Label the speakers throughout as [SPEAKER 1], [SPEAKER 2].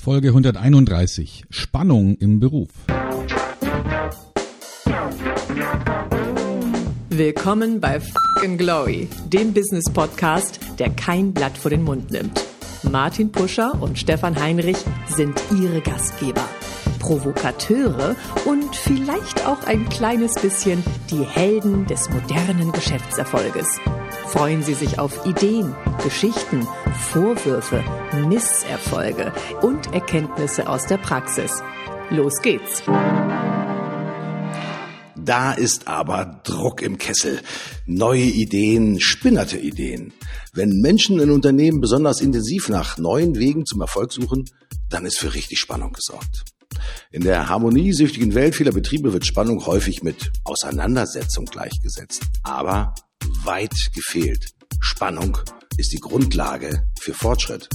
[SPEAKER 1] Folge 131. Spannung im Beruf.
[SPEAKER 2] Willkommen bei F***ing Glory, dem Business-Podcast, der kein Blatt vor den Mund nimmt. Martin Puscher und Stefan Heinrich sind ihre Gastgeber. Provokateure und vielleicht auch ein kleines bisschen die Helden des modernen Geschäftserfolges. Freuen Sie sich auf Ideen, Geschichten, Vorwürfe, Misserfolge und Erkenntnisse aus der Praxis. Los geht's!
[SPEAKER 3] Da ist aber Druck im Kessel. Neue Ideen, spinnerte Ideen. Wenn Menschen in Unternehmen besonders intensiv nach neuen Wegen zum Erfolg suchen, dann ist für richtig Spannung gesorgt. In der harmoniesüchtigen Welt vieler Betriebe wird Spannung häufig mit Auseinandersetzung gleichgesetzt. Aber weit gefehlt. Spannung ist die Grundlage für Fortschritt.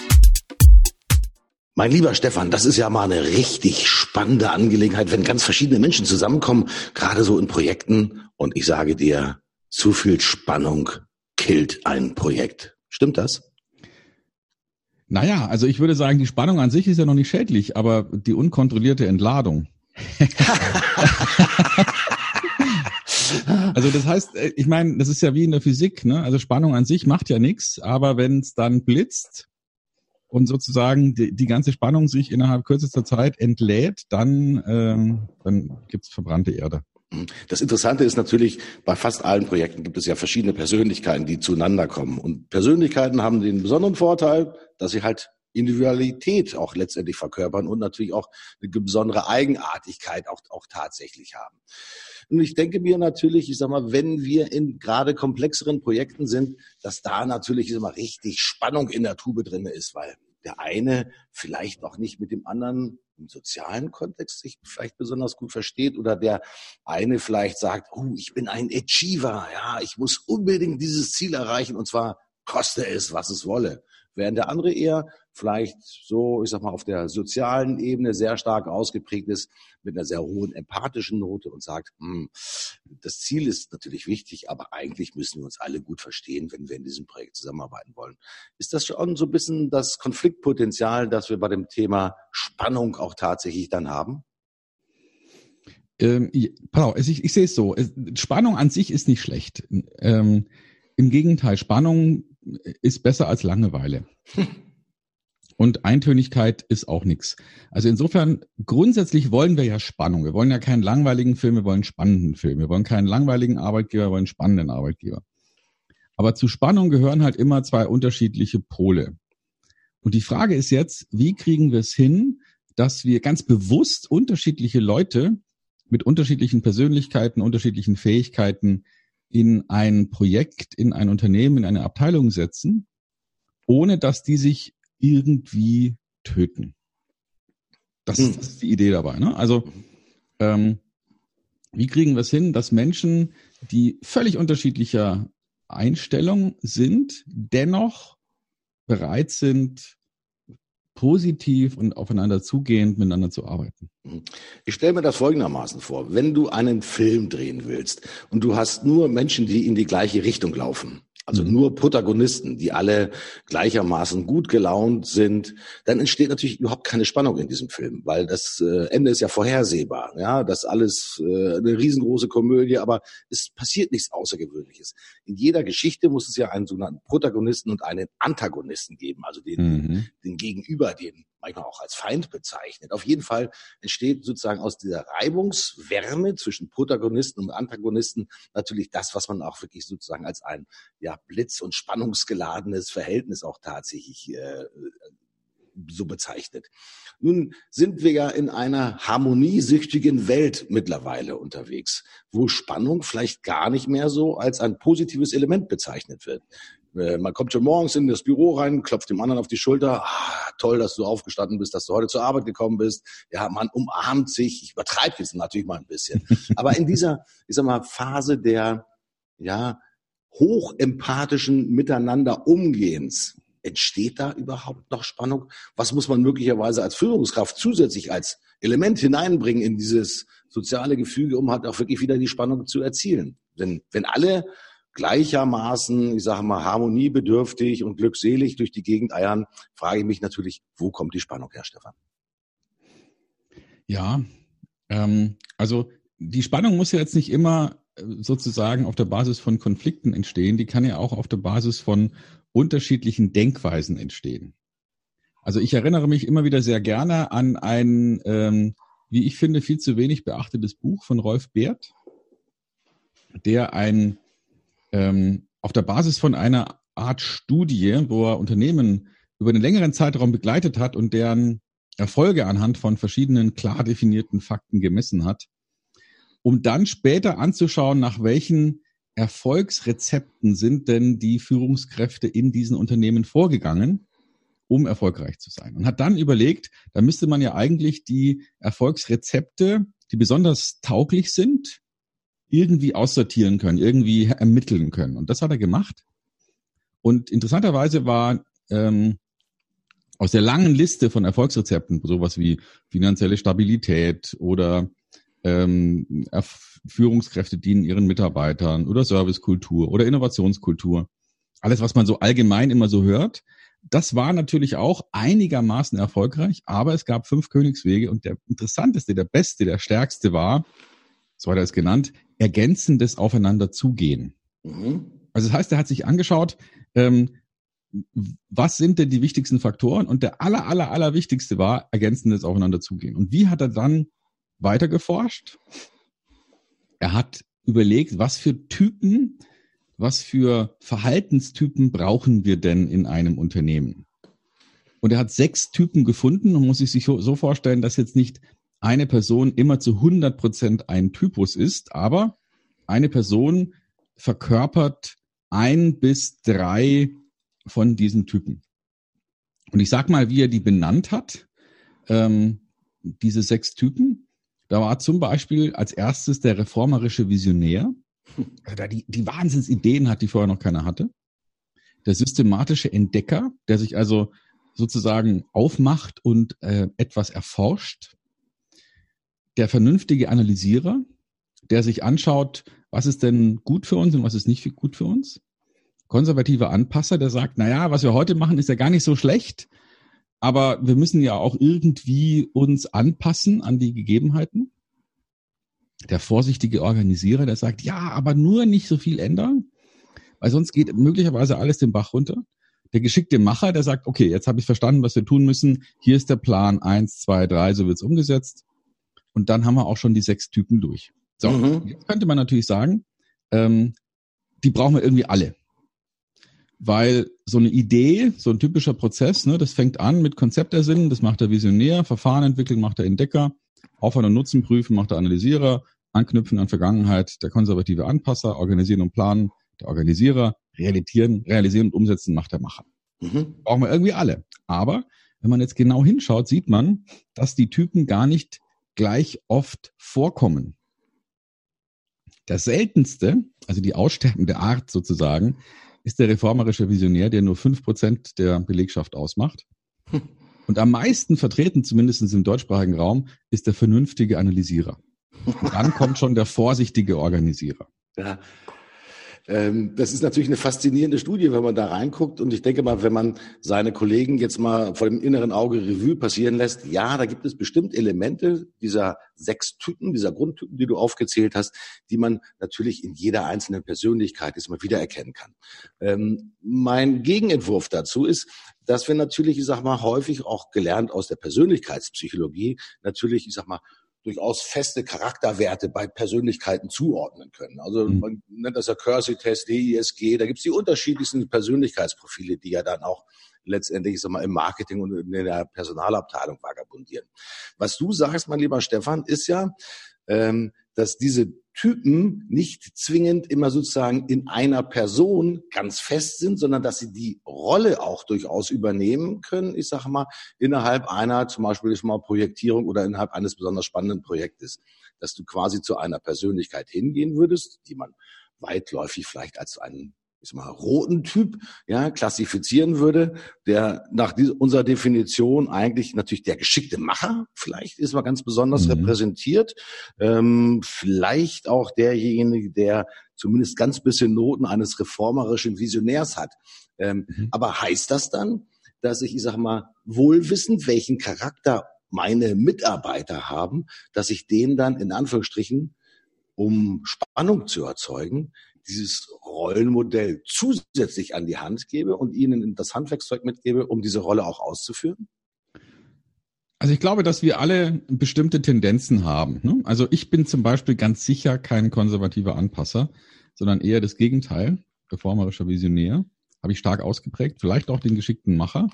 [SPEAKER 3] Mein lieber Stefan, das ist ja mal eine richtig spannende Angelegenheit, wenn ganz verschiedene Menschen zusammenkommen, gerade so in Projekten. Und ich sage dir, zu viel Spannung killt ein Projekt. Stimmt das?
[SPEAKER 1] Naja, also ich würde sagen, die Spannung an sich ist ja noch nicht schädlich, aber die unkontrollierte Entladung. Also das heißt, ich meine, das ist ja wie in der Physik, ne? Also Spannung an sich macht ja nichts, aber wenn es dann blitzt und sozusagen die ganze Spannung sich innerhalb kürzester Zeit entlädt, dann gibt's verbrannte Erde.
[SPEAKER 3] Das Interessante ist natürlich, bei fast allen Projekten gibt es ja verschiedene Persönlichkeiten, die zueinander kommen. Und Persönlichkeiten haben den besonderen Vorteil, dass sie halt Individualität auch letztendlich verkörpern und natürlich auch eine besondere Eigenartigkeit auch tatsächlich haben. Und ich denke mir natürlich, ich sag mal, wenn wir in gerade komplexeren Projekten sind, dass da natürlich immer richtig Spannung in der Tube drin ist, weil der eine vielleicht auch nicht mit dem anderen im sozialen Kontext sich vielleicht besonders gut versteht oder der eine vielleicht sagt, ich bin ein Achiever, ja, ich muss unbedingt dieses Ziel erreichen und zwar koste es, was es wolle. Während der andere eher vielleicht so, ich sag mal, auf der sozialen Ebene sehr stark ausgeprägt ist, mit einer sehr hohen empathischen Note und sagt, das Ziel ist natürlich wichtig, aber eigentlich müssen wir uns alle gut verstehen, wenn wir in diesem Projekt zusammenarbeiten wollen. Ist das schon so ein bisschen das Konfliktpotenzial, das wir bei dem Thema Spannung auch tatsächlich dann haben?
[SPEAKER 1] Pass auf, ich sehe es so. Spannung an sich ist nicht schlecht. Im Gegenteil, Spannung ist besser als Langeweile. Und Eintönigkeit ist auch nichts. Also insofern, grundsätzlich wollen wir ja Spannung. Wir wollen ja keinen langweiligen Film, wir wollen einen spannenden Film. Wir wollen keinen langweiligen Arbeitgeber, wir wollen einen spannenden Arbeitgeber. Aber zu Spannung gehören halt immer zwei unterschiedliche Pole. Und die Frage ist jetzt, wie kriegen wir es hin, dass wir ganz bewusst unterschiedliche Leute mit unterschiedlichen Persönlichkeiten, unterschiedlichen Fähigkeiten in ein Projekt, in ein Unternehmen, in eine Abteilung setzen, ohne dass die sich irgendwie töten. Das ist die Idee dabei, ne? Also wie kriegen wir es hin, dass Menschen, die völlig unterschiedlicher Einstellung sind, dennoch bereit sind, positiv und aufeinander zugehend miteinander zu arbeiten?
[SPEAKER 3] Ich stelle mir das folgendermaßen vor. Wenn du einen Film drehen willst und du hast nur Menschen, die in die gleiche Richtung laufen, also nur Protagonisten, die alle gleichermaßen gut gelaunt sind, dann entsteht natürlich überhaupt keine Spannung in diesem Film, weil das Ende ist ja vorhersehbar. Ja, das alles eine riesengroße Komödie, aber es passiert nichts Außergewöhnliches. In jeder Geschichte muss es ja einen sogenannten Protagonisten und einen Antagonisten geben, also den Gegenüber, den manchmal auch als Feind bezeichnet. Auf jeden Fall entsteht sozusagen aus dieser Reibungswärme zwischen Protagonisten und Antagonisten natürlich das, was man auch wirklich sozusagen als ein blitz- und spannungsgeladenes Verhältnis auch tatsächlich so bezeichnet. Nun sind wir ja in einer harmoniesüchtigen Welt mittlerweile unterwegs, wo Spannung vielleicht gar nicht mehr so als ein positives Element bezeichnet wird. Man kommt schon morgens in das Büro rein, klopft dem anderen auf die Schulter. Toll, dass du aufgestanden bist, dass du heute zur Arbeit gekommen bist. Ja, man umarmt sich. Ich übertreibe jetzt natürlich mal ein bisschen. Aber in dieser, ich sag mal, Phase der, hochempathischen Miteinander-Umgehens, entsteht da überhaupt noch Spannung? Was muss man möglicherweise als Führungskraft zusätzlich als Element hineinbringen in dieses soziale Gefüge, um halt auch wirklich wieder die Spannung zu erzielen? Wenn alle gleichermaßen, ich sage mal, harmoniebedürftig und glückselig durch die Gegend eiern, frage ich mich natürlich, wo kommt die Spannung her, Stefan?
[SPEAKER 1] Ja, also die Spannung muss ja jetzt nicht immer sozusagen auf der Basis von Konflikten entstehen, die kann ja auch auf der Basis von unterschiedlichen Denkweisen entstehen. Also ich erinnere mich immer wieder sehr gerne an ein, wie ich finde, viel zu wenig beachtetes Buch von Rolf Beert, der auf der Basis von einer Art Studie, wo er Unternehmen über einen längeren Zeitraum begleitet hat und deren Erfolge anhand von verschiedenen klar definierten Fakten gemessen hat, um dann später anzuschauen, nach welchen Erfolgsrezepten sind denn die Führungskräfte in diesen Unternehmen vorgegangen, um erfolgreich zu sein. Und hat dann überlegt, da müsste man ja eigentlich die Erfolgsrezepte, die besonders tauglich sind, irgendwie aussortieren können, irgendwie ermitteln können. Und das hat er gemacht. Und interessanterweise war aus der langen Liste von Erfolgsrezepten, sowas wie finanzielle Stabilität oder Führungskräfte dienen ihren Mitarbeitern oder Servicekultur oder Innovationskultur, alles, was man so allgemein immer so hört, das war natürlich auch einigermaßen erfolgreich, aber es gab 5 Königswege und der interessanteste, der beste, der stärkste war, so hat er es genannt, ergänzendes Aufeinanderzugehen. Mhm. Also das heißt, er hat sich angeschaut, was sind denn die wichtigsten Faktoren? Und der aller wichtigste war ergänzendes Aufeinanderzugehen. Und wie hat er dann weiter geforscht? Er hat überlegt, was für Typen, was für Verhaltenstypen brauchen wir denn in einem Unternehmen? Und er hat 6 Typen gefunden und muss sich so vorstellen, dass jetzt nicht eine Person immer zu 100% ein Typus ist, aber eine Person verkörpert 1 bis 3 von diesen Typen. Und ich sag mal, wie er die benannt hat, diese 6 Typen. Da war zum Beispiel als erstes der reformerische Visionär, also der die Wahnsinnsideen hat, die vorher noch keiner hatte. Der systematische Entdecker, der sich also sozusagen aufmacht und etwas erforscht. Der vernünftige Analysierer, der sich anschaut, was ist denn gut für uns und was ist nicht gut für uns. Konservativer Anpasser, der sagt, naja, was wir heute machen, ist ja gar nicht so schlecht, aber wir müssen ja auch irgendwie uns anpassen an die Gegebenheiten. Der vorsichtige Organisierer, der sagt, ja, aber nur nicht so viel ändern, weil sonst geht möglicherweise alles den Bach runter. Der geschickte Macher, der sagt, okay, jetzt habe ich verstanden, was wir tun müssen. Hier ist der Plan, 1, 2, 3, so wird's umgesetzt. Und dann haben wir auch schon die 6 Typen durch. So, Jetzt könnte man natürlich sagen, die brauchen wir irgendwie alle. Weil so eine Idee, so ein typischer Prozess, ne, das fängt an mit Konzeptersinnen, das macht der Visionär, Verfahren entwickeln macht der Entdecker, Aufwand und Nutzen prüfen macht der Analysierer, anknüpfen an Vergangenheit der konservative Anpasser, organisieren und planen der Organisierer, realisieren und umsetzen macht der Macher. Brauchen wir irgendwie alle. Aber wenn man jetzt genau hinschaut, sieht man, dass die Typen gar nicht gleich oft vorkommen. Der seltenste, also die aussterbende Art sozusagen, ist der reformerische Visionär, der nur 5% der Belegschaft ausmacht. Und am meisten vertreten, zumindest im deutschsprachigen Raum, ist der vernünftige Analysierer. Und dann kommt schon der vorsichtige Organisierer.
[SPEAKER 3] Ja. Das ist natürlich eine faszinierende Studie, wenn man da reinguckt. Und ich denke mal, wenn man seine Kollegen jetzt mal vor dem inneren Auge Revue passieren lässt, ja, da gibt es bestimmt Elemente dieser 6 Typen, dieser Grundtypen, die du aufgezählt hast, die man natürlich in jeder einzelnen Persönlichkeit jetzt mal wiedererkennen kann. Mein Gegenentwurf dazu ist, dass wir natürlich, ich sag mal, häufig auch gelernt aus der Persönlichkeitspsychologie, natürlich, ich sag mal, durchaus feste Charakterwerte bei Persönlichkeiten zuordnen können. Also man nennt das ja Kersey-Test, DISG, da gibt es die unterschiedlichsten Persönlichkeitsprofile, die ja dann auch letztendlich, ich sag mal, im Marketing und in der Personalabteilung vagabundieren. Was du sagst, mein lieber Stefan, ist ja, dass diese Typen nicht zwingend immer sozusagen in einer Person ganz fest sind, sondern dass sie die Rolle auch durchaus übernehmen können, ich sage mal, innerhalb einer zum Beispiel ist mal Projektierung oder innerhalb eines besonders spannenden Projektes, dass du quasi zu einer Persönlichkeit hingehen würdest, die man weitläufig vielleicht als einen roten Typ, ja, klassifizieren würde, der nach unserer Definition eigentlich natürlich der geschickte Macher vielleicht ist mal ganz besonders repräsentiert, vielleicht auch derjenige, der zumindest ganz bisschen Noten eines reformerischen Visionärs hat. Aber heißt das dann, dass ich sag mal, wohlwissend, welchen Charakter meine Mitarbeiter haben, dass ich denen dann in Anführungsstrichen, um Spannung zu erzeugen, dieses Rollenmodell zusätzlich an die Hand gebe und ihnen das Handwerkszeug mitgebe, um diese Rolle auch auszuführen?
[SPEAKER 1] Also ich glaube, dass wir alle bestimmte Tendenzen haben. Ne? Also ich bin zum Beispiel ganz sicher kein konservativer Anpasser, sondern eher das Gegenteil, reformerischer Visionär. Habe ich stark ausgeprägt, vielleicht auch den geschickten Macher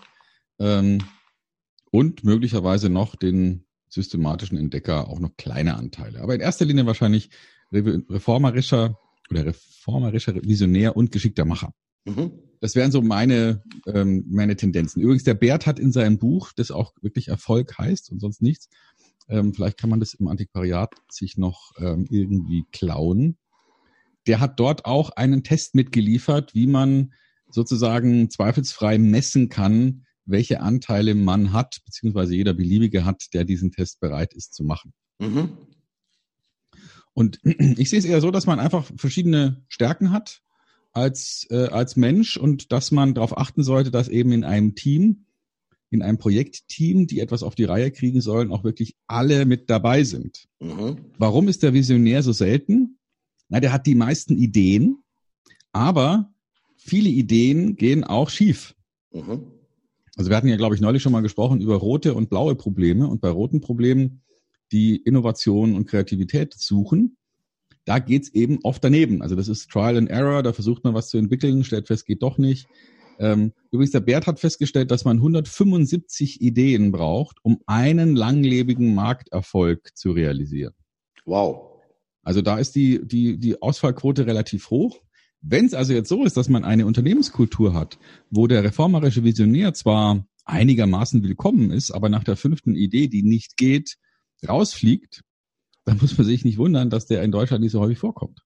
[SPEAKER 1] und möglicherweise noch den systematischen Entdecker, auch noch kleine Anteile. Aber in erster Linie wahrscheinlich reformerischer Visionär und geschickter Macher. Das wären so meine Tendenzen. Übrigens, der Bert hat in seinem Buch, das auch wirklich Erfolg heißt und sonst nichts, vielleicht kann man das im Antiquariat sich noch irgendwie klauen. Der hat dort auch einen Test mitgeliefert, wie man sozusagen zweifelsfrei messen kann, welche Anteile man hat, beziehungsweise jeder Beliebige hat, der diesen Test bereit ist zu machen. Und ich sehe es eher so, dass man einfach verschiedene Stärken hat als Mensch und dass man darauf achten sollte, dass eben in einem Team, in einem Projektteam, die etwas auf die Reihe kriegen sollen, auch wirklich alle mit dabei sind. Warum ist der Visionär so selten? Na, der hat die meisten Ideen, aber viele Ideen gehen auch schief. Also wir hatten ja, glaube ich, neulich schon mal gesprochen über rote und blaue Probleme. Und bei roten Problemen, die Innovation und Kreativität suchen, da geht's eben oft daneben. Also das ist Trial and Error, da versucht man was zu entwickeln, stellt fest, geht doch nicht. Übrigens, der Bert hat festgestellt, dass man 175 Ideen braucht, um einen langlebigen Markterfolg zu realisieren.
[SPEAKER 3] Wow.
[SPEAKER 1] Also da ist die Ausfallquote relativ hoch. Wenn es also jetzt so ist, dass man eine Unternehmenskultur hat, wo der reformerische Visionär zwar einigermaßen willkommen ist, aber nach der 5. Idee, die nicht geht, rausfliegt, dann muss man sich nicht wundern, dass der in Deutschland nicht so häufig vorkommt.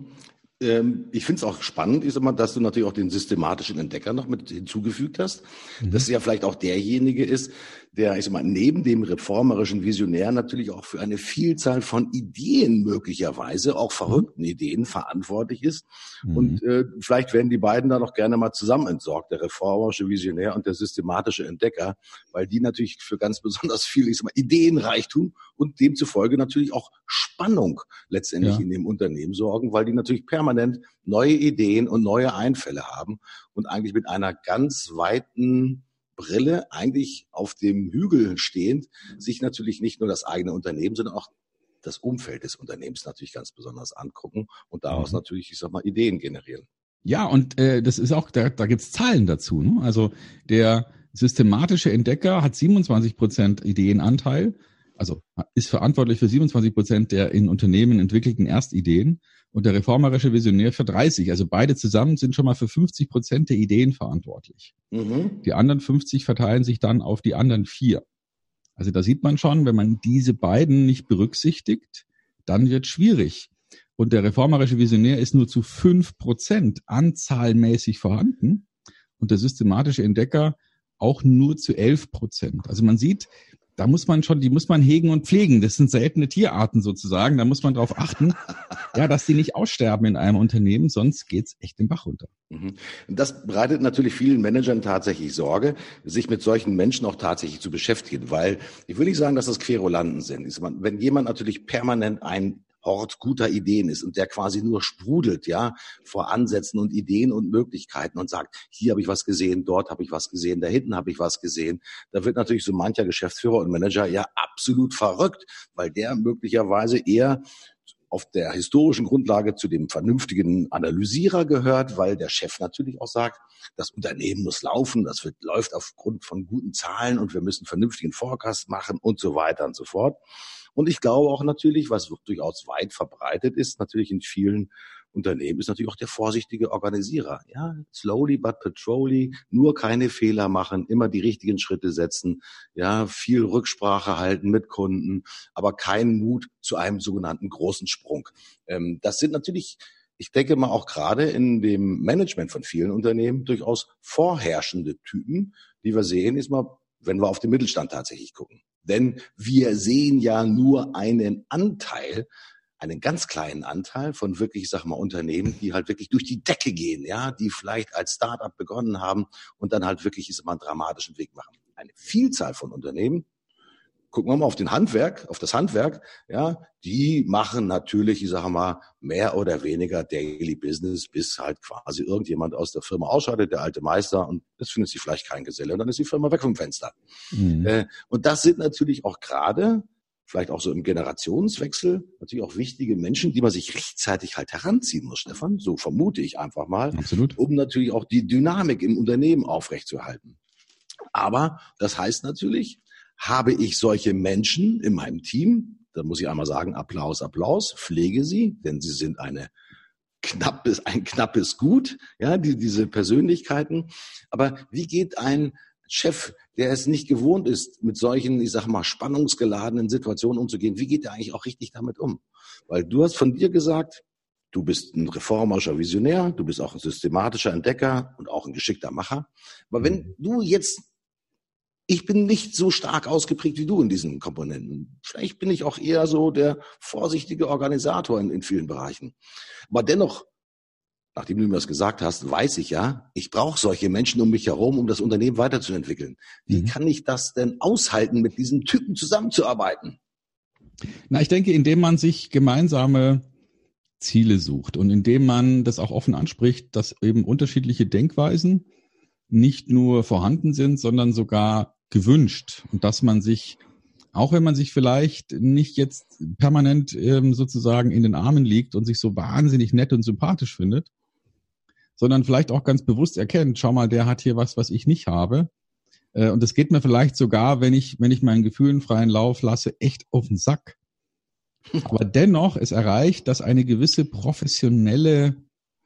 [SPEAKER 3] Ich finde es auch spannend, dass du natürlich auch den systematischen Entdecker noch mit hinzugefügt hast. Dass ja vielleicht auch derjenige ist, der, neben dem reformerischen Visionär natürlich auch für eine Vielzahl von Ideen möglicherweise, auch verrückten Ideen verantwortlich ist. Und vielleicht werden die beiden da noch gerne mal zusammen entsorgt, der reformerische Visionär und der systematische Entdecker, weil die natürlich für ganz besonders viel, Ideenreichtum und demzufolge natürlich auch Spannung letztendlich in dem Unternehmen sorgen, weil die natürlich permanent neue Ideen und neue Einfälle haben und eigentlich mit einer ganz weiten Brille eigentlich auf dem Hügel stehend sich natürlich nicht nur das eigene Unternehmen, sondern auch das Umfeld des Unternehmens natürlich ganz besonders angucken und daraus natürlich, Ideen generieren.
[SPEAKER 1] Ja, und das ist auch, da gibt's Zahlen dazu. Ne? Also der systematische Entdecker hat 27% Ideenanteil, also ist verantwortlich für 27% der in Unternehmen entwickelten Erstideen und der reformerische Visionär für 30%. Also beide zusammen sind schon mal für 50% der Ideen verantwortlich. Die anderen 50 verteilen sich dann auf die anderen 4. Also da sieht man schon, wenn man diese beiden nicht berücksichtigt, dann wird schwierig. Und der reformerische Visionär ist nur zu 5% anzahlmäßig vorhanden und der systematische Entdecker auch nur zu 11%. Also man sieht, da muss man schon, die muss man hegen und pflegen. Das sind seltene Tierarten sozusagen. Da muss man darauf achten, dass die nicht aussterben in einem Unternehmen, sonst geht's echt den Bach runter.
[SPEAKER 3] Das bereitet natürlich vielen Managern tatsächlich Sorge, sich mit solchen Menschen auch tatsächlich zu beschäftigen, weil ich will nicht sagen, dass das Querulanten sind. Wenn jemand natürlich permanent ein Hort guter Ideen ist und der quasi nur sprudelt, vor Ansätzen und Ideen und Möglichkeiten und sagt, hier habe ich was gesehen, dort habe ich was gesehen, da hinten habe ich was gesehen. Da wird natürlich so mancher Geschäftsführer und Manager absolut verrückt, weil der möglicherweise eher auf der historischen Grundlage zu dem vernünftigen Analysierer gehört, weil der Chef natürlich auch sagt, das Unternehmen muss laufen, läuft aufgrund von guten Zahlen und wir müssen vernünftigen Forecast machen und so weiter und so fort. Und ich glaube auch natürlich, was durchaus weit verbreitet ist, natürlich in vielen Unternehmen, ist natürlich auch der vorsichtige Organisierer. Slowly but patrolly, nur keine Fehler machen, immer die richtigen Schritte setzen, viel Rücksprache halten mit Kunden, aber keinen Mut zu einem sogenannten großen Sprung. Das sind natürlich ich denke mal auch gerade in dem Management von vielen Unternehmen durchaus vorherrschende Typen, die wir sehen, ist mal, wenn wir auf den Mittelstand tatsächlich gucken. Denn wir sehen ja nur einen ganz kleinen Anteil von wirklich, ich sag mal, Unternehmen, die halt wirklich durch die Decke gehen, ja, die vielleicht als Start-up begonnen haben und dann halt wirklich, ich sag mal, einen dramatischen Weg machen. Eine Vielzahl von Unternehmen, gucken wir mal auf das Handwerk, ja, die machen natürlich, ich sage mal, mehr oder weniger Daily Business, bis halt quasi irgendjemand aus der Firma ausscheidet, der alte Meister, und das findet sich vielleicht kein Geselle, und dann ist die Firma weg vom Fenster. Mhm. Und das sind natürlich auch gerade, vielleicht auch so im Generationswechsel, natürlich auch wichtige Menschen, die man sich rechtzeitig halt heranziehen muss, Stefan, so vermute ich einfach mal.
[SPEAKER 1] Absolut.
[SPEAKER 3] Um natürlich auch die Dynamik im Unternehmen aufrechtzuerhalten. Aber das heißt natürlich, habe ich solche Menschen in meinem Team, da muss ich einmal sagen, Applaus, pflege sie, denn sie sind ein knappes Gut, ja, diese Persönlichkeiten. Aber wie geht ein Chef, der es nicht gewohnt ist, mit solchen, ich sag mal, spannungsgeladenen Situationen umzugehen, wie geht er eigentlich auch richtig damit um? Weil du hast von dir gesagt, du bist ein reformerischer Visionär, du bist auch ein systematischer Entdecker und auch ein geschickter Macher. Aber wenn du jetzt, ich bin nicht so stark ausgeprägt wie du in diesen Komponenten. Vielleicht bin ich auch eher so der vorsichtige Organisator in vielen Bereichen. Aber dennoch, nachdem du mir das gesagt hast, weiß ich ja, ich brauche solche Menschen um mich herum, um das Unternehmen weiterzuentwickeln. Wie kann ich das denn aushalten, mit diesen Typen zusammenzuarbeiten?
[SPEAKER 1] Na, ich denke, indem man sich gemeinsame Ziele sucht und indem man das auch offen anspricht, dass eben unterschiedliche Denkweisen nicht nur vorhanden sind, sondern sogar gewünscht, und dass man sich, auch wenn man sich vielleicht nicht jetzt permanent sozusagen in den Armen liegt und sich so wahnsinnig nett und sympathisch findet, sondern vielleicht auch ganz bewusst erkennt, schau mal, der hat hier was ich nicht habe. Und es geht mir vielleicht sogar, wenn ich meinen Gefühlen freien Lauf lasse, echt auf den Sack. Aber dennoch es erreicht, dass eine gewisse professionelle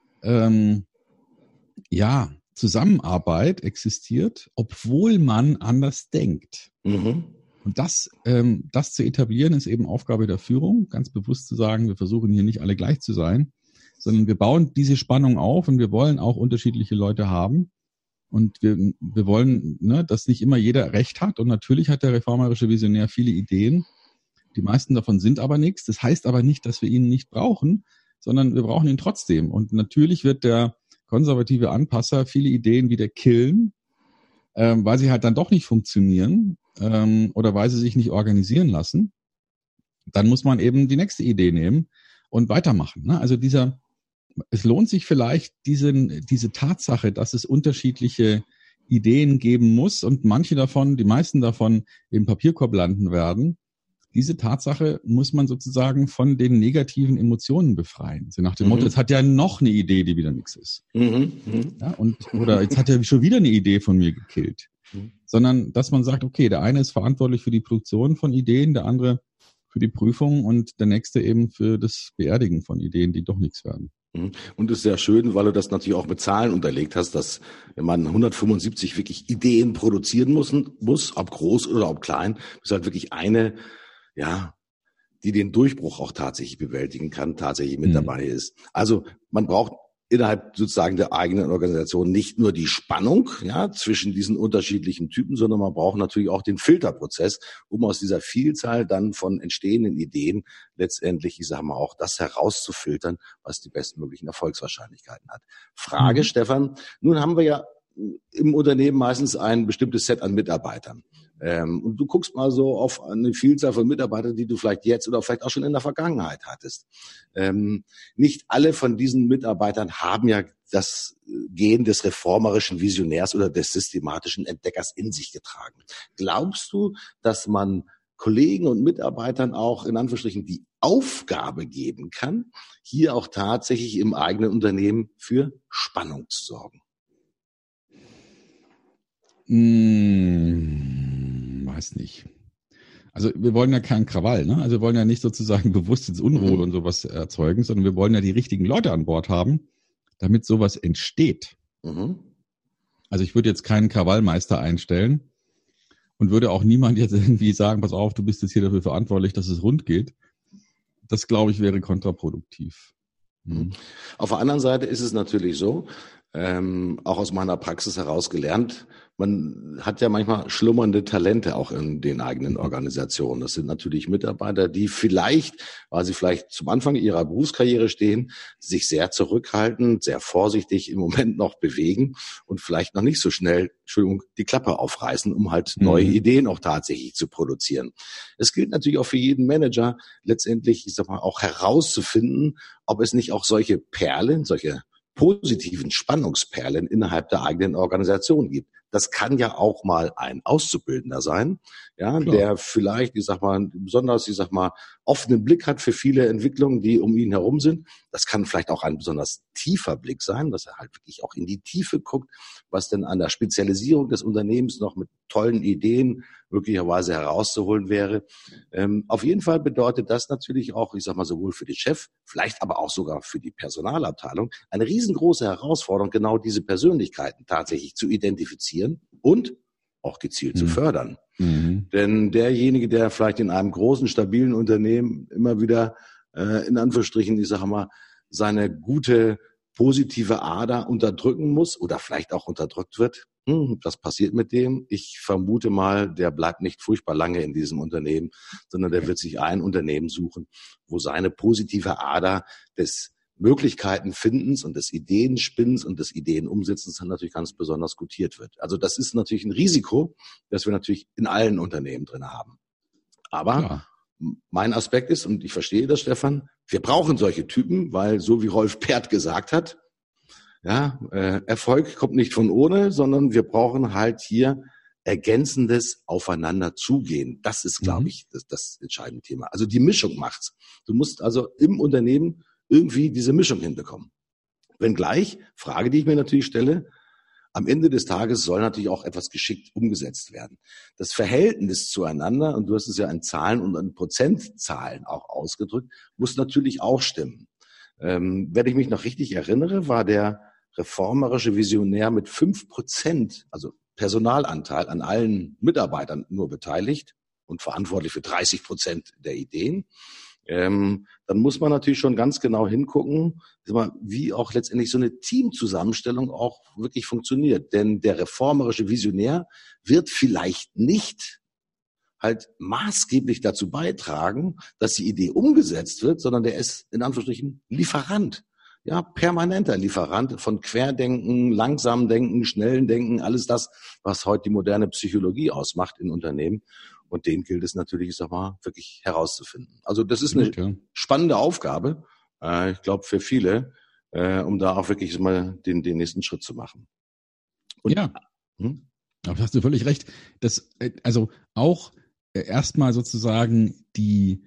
[SPEAKER 1] Zusammenarbeit existiert, obwohl man anders denkt. Mhm. Und das zu etablieren, ist eben Aufgabe der Führung, ganz bewusst zu sagen, wir versuchen hier nicht alle gleich zu sein, sondern wir bauen diese Spannung auf und wir wollen auch unterschiedliche Leute haben. Und wir wollen, dass nicht immer jeder Recht hat. Und natürlich hat der reformerische Visionär viele Ideen. Die meisten davon sind aber nichts. Das heißt aber nicht, dass wir ihn nicht brauchen, sondern wir brauchen ihn trotzdem. Und natürlich wird der konservative Anpasser viele Ideen wieder killen, weil sie halt dann doch nicht funktionieren oder weil sie sich nicht organisieren lassen. Dann muss man eben die nächste Idee nehmen und weitermachen. Ne? Also es lohnt sich vielleicht diese Tatsache, dass es unterschiedliche Ideen geben muss und die meisten davon im Papierkorb landen werden. Diese Tatsache muss man sozusagen von den negativen Emotionen befreien. So nach dem Motto, jetzt hat ja noch eine Idee, die wieder nichts ist. Ja, oder jetzt hat er schon wieder eine Idee von mir gekillt. Sondern, dass man sagt, okay, der eine ist verantwortlich für die Produktion von Ideen, der andere für die Prüfung und der nächste eben für das Beerdigen von Ideen, die doch nichts werden.
[SPEAKER 3] Und es ist sehr schön, weil du das natürlich auch mit Zahlen unterlegt hast, dass wenn man 175 wirklich Ideen produzieren muss, ob groß oder ob klein, ist halt wirklich eine, die den Durchbruch auch tatsächlich bewältigen kann, tatsächlich mit dabei ist. Also man braucht innerhalb sozusagen der eigenen Organisation nicht nur die Spannung zwischen diesen unterschiedlichen Typen, sondern man braucht natürlich auch den Filterprozess, um aus dieser Vielzahl dann von entstehenden Ideen letztendlich, ich sage mal, auch das herauszufiltern, was die bestmöglichen Erfolgswahrscheinlichkeiten hat. Frage, Stefan, nun haben wir ja im Unternehmen meistens ein bestimmtes Set an Mitarbeitern. Und du guckst mal so auf eine Vielzahl von Mitarbeitern, die du vielleicht jetzt oder vielleicht auch schon in der Vergangenheit hattest. Nicht alle von diesen Mitarbeitern haben ja das Gen des reformerischen Visionärs oder des systematischen Entdeckers in sich getragen. Glaubst du, dass man Kollegen und Mitarbeitern auch in Anführungsstrichen die Aufgabe geben kann, hier auch tatsächlich im eigenen Unternehmen für Spannung zu sorgen?
[SPEAKER 1] Weiß nicht. Also wir wollen ja keinen Krawall, ne? Also wir wollen ja nicht sozusagen Bewusstseinsunruhe und sowas erzeugen, sondern wir wollen ja die richtigen Leute an Bord haben, damit sowas entsteht. Also ich würde jetzt keinen Krawallmeister einstellen und würde auch niemand jetzt irgendwie sagen, pass auf, du bist jetzt hier dafür verantwortlich, dass es rund geht. Das, glaube ich, wäre kontraproduktiv.
[SPEAKER 3] Auf der anderen Seite ist es natürlich so, auch aus meiner Praxis heraus gelernt, man hat ja manchmal schlummernde Talente auch in den eigenen Organisationen. Das sind natürlich Mitarbeiter, die vielleicht, weil sie vielleicht zum Anfang ihrer Berufskarriere stehen, sich sehr zurückhaltend, sehr vorsichtig im Moment noch bewegen und vielleicht noch nicht so schnell, die Klappe aufreißen, um halt neue Ideen auch tatsächlich zu produzieren. Es gilt natürlich auch für jeden Manager letztendlich, ich sag mal, auch herauszufinden, ob es nicht auch solche Perlen, solche positiven Spannungsperlen innerhalb der eigenen Organisation gibt. Das kann ja auch mal ein Auszubildender sein, ja, der vielleicht, besonders, offenen Blick hat für viele Entwicklungen, die um ihn herum sind. Das kann vielleicht auch ein besonders tiefer Blick sein, dass er halt wirklich auch in die Tiefe guckt, was denn an der Spezialisierung des Unternehmens noch mit tollen Ideen möglicherweise herauszuholen wäre. Auf jeden Fall bedeutet das natürlich auch, sowohl für den Chef, vielleicht aber auch sogar für die Personalabteilung, eine riesengroße Herausforderung, genau diese Persönlichkeiten tatsächlich zu identifizieren und auch gezielt zu fördern. Denn derjenige, der vielleicht in einem großen, stabilen Unternehmen immer wieder, in Anführungsstrichen, seine gute, positive Ader unterdrücken muss oder vielleicht auch unterdrückt wird, was passiert mit dem? Ich vermute mal, der bleibt nicht furchtbar lange in diesem Unternehmen, sondern der wird sich ein Unternehmen suchen, wo seine positive Ader des Möglichkeitenfindens und des Ideenspinnens und des Ideenumsetzens dann natürlich ganz besonders gutiert wird. Also das ist natürlich ein Risiko, das wir natürlich in allen Unternehmen drin haben. Aber mein Aspekt ist, und ich verstehe das, Stefan, wir brauchen solche Typen, weil so wie Rolf Perth gesagt hat, Erfolg kommt nicht von ohne, sondern wir brauchen halt hier ergänzendes Aufeinander zugehen. Das ist, glaube ich, das entscheidende Thema. Also die Mischung macht's. Du musst also im Unternehmen irgendwie diese Mischung hinbekommen. Wenngleich, Frage, die ich mir natürlich stelle, am Ende des Tages soll natürlich auch etwas geschickt umgesetzt werden. Das Verhältnis zueinander, und du hast es ja in Zahlen und in Prozentzahlen auch ausgedrückt, muss natürlich auch stimmen. Wenn ich mich noch richtig erinnere, war der reformerische Visionär mit 5%, also Personalanteil an allen Mitarbeitern nur beteiligt und verantwortlich für 30% der Ideen. Dann muss man natürlich schon ganz genau hingucken, wie auch letztendlich so eine Teamzusammenstellung auch wirklich funktioniert. Denn der reformerische Visionär wird vielleicht nicht halt maßgeblich dazu beitragen, dass die Idee umgesetzt wird, sondern der ist in Anführungsstrichen Lieferant. Ja, permanenter Lieferant von Querdenken, langsamen Denken, schnellen Denken, alles das, was heute die moderne Psychologie ausmacht in Unternehmen. Und den gilt es natürlich, wirklich herauszufinden. Also das ist eine spannende Aufgabe, ich glaube für viele, um da auch wirklich mal den nächsten Schritt zu machen.
[SPEAKER 1] Und aber hast du völlig recht. Das, also auch erstmal sozusagen die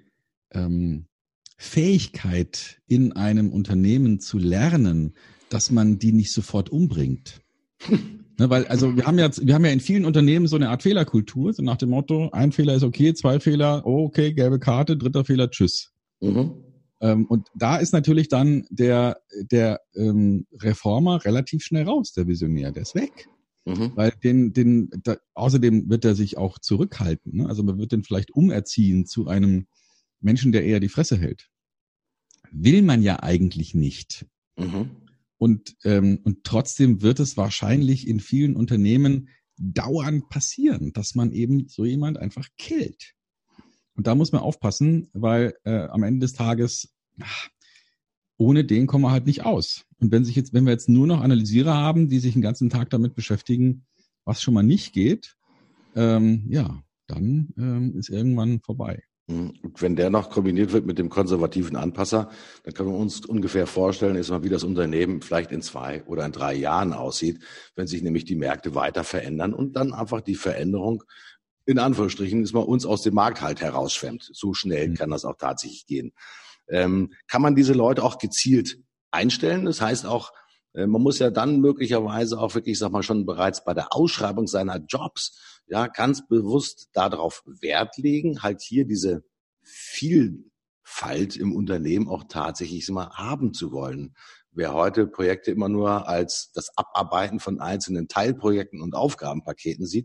[SPEAKER 1] Fähigkeit in einem Unternehmen zu lernen, dass man die nicht sofort umbringt. Ne, weil, also wir haben ja in vielen Unternehmen so eine Art Fehlerkultur, so nach dem Motto, ein Fehler ist okay, 2 Fehler, okay, gelbe Karte, 3. Fehler, tschüss. Und da ist natürlich dann der Reformer relativ schnell raus, der Visionär, der ist weg. Weil außerdem wird er sich auch zurückhalten. Ne? Also man wird den vielleicht umerziehen zu einem Menschen, der eher die Fresse hält. Will man ja eigentlich nicht. Und trotzdem wird es wahrscheinlich in vielen Unternehmen dauernd passieren, dass man eben so jemand einfach killt. Und da muss man aufpassen, weil am Ende des Tages, ohne den kommen wir halt nicht aus. Und wenn wir jetzt nur noch Analysierer haben, die sich den ganzen Tag damit beschäftigen, was schon mal nicht geht, dann ist irgendwann vorbei.
[SPEAKER 3] Und wenn der noch kombiniert wird mit dem konservativen Anpasser, dann können wir uns ungefähr vorstellen, wie das Unternehmen vielleicht in 2 oder in 3 Jahren aussieht, wenn sich nämlich die Märkte weiter verändern und dann einfach die Veränderung in Anführungsstrichen uns aus dem Markt halt herausschwemmt. So schnell kann das auch tatsächlich gehen. Kann man diese Leute auch gezielt einstellen? Das heißt auch, man muss ja dann möglicherweise auch wirklich, schon bereits bei der Ausschreibung seiner Jobs ganz bewusst darauf Wert legen, halt hier diese Vielfalt im Unternehmen auch tatsächlich haben zu wollen. Wer heute Projekte immer nur als das Abarbeiten von einzelnen Teilprojekten und Aufgabenpaketen sieht,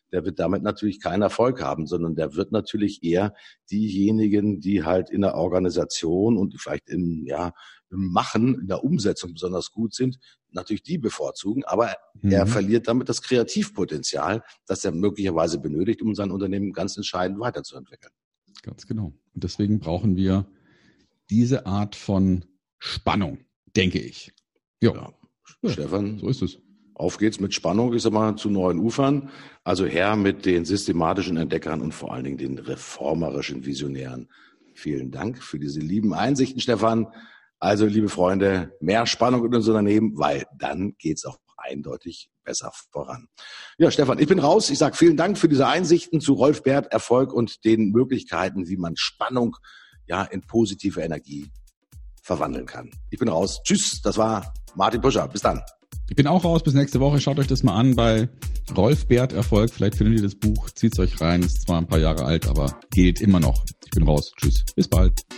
[SPEAKER 3] der wird damit natürlich keinen Erfolg haben, sondern der wird natürlich eher diejenigen, die halt in der Organisation und vielleicht im Machen, in der Umsetzung besonders gut sind, natürlich die bevorzugen. Aber er verliert damit das Kreativpotenzial, das er möglicherweise benötigt, um sein Unternehmen ganz entscheidend weiterzuentwickeln.
[SPEAKER 1] Ganz genau. Und deswegen brauchen wir diese Art von Spannung, denke ich.
[SPEAKER 3] Ja, Stefan,
[SPEAKER 1] so ist es.
[SPEAKER 3] Auf geht's mit Spannung, ich sag mal, zu neuen Ufern. Also her mit den systematischen Entdeckern und vor allen Dingen den reformerischen Visionären. Vielen Dank für diese lieben Einsichten, Stefan. Also, liebe Freunde, mehr Spannung in unserem Unternehmen, weil dann geht's auch eindeutig besser voran. Ja, Stefan, ich bin raus. Ich sage vielen Dank für diese Einsichten zu Rolf Bert, Erfolg und den Möglichkeiten, wie man Spannung in positive Energie verwandeln kann. Ich bin raus. Tschüss, das war Martin Puscher. Bis dann.
[SPEAKER 1] Ich bin auch raus. Bis nächste Woche. Schaut euch das mal an bei Rolf Bert, Erfolg. Vielleicht findet ihr das Buch. Zieht's euch rein. Ist zwar ein paar Jahre alt, aber gilt immer noch. Ich bin raus. Tschüss. Bis bald.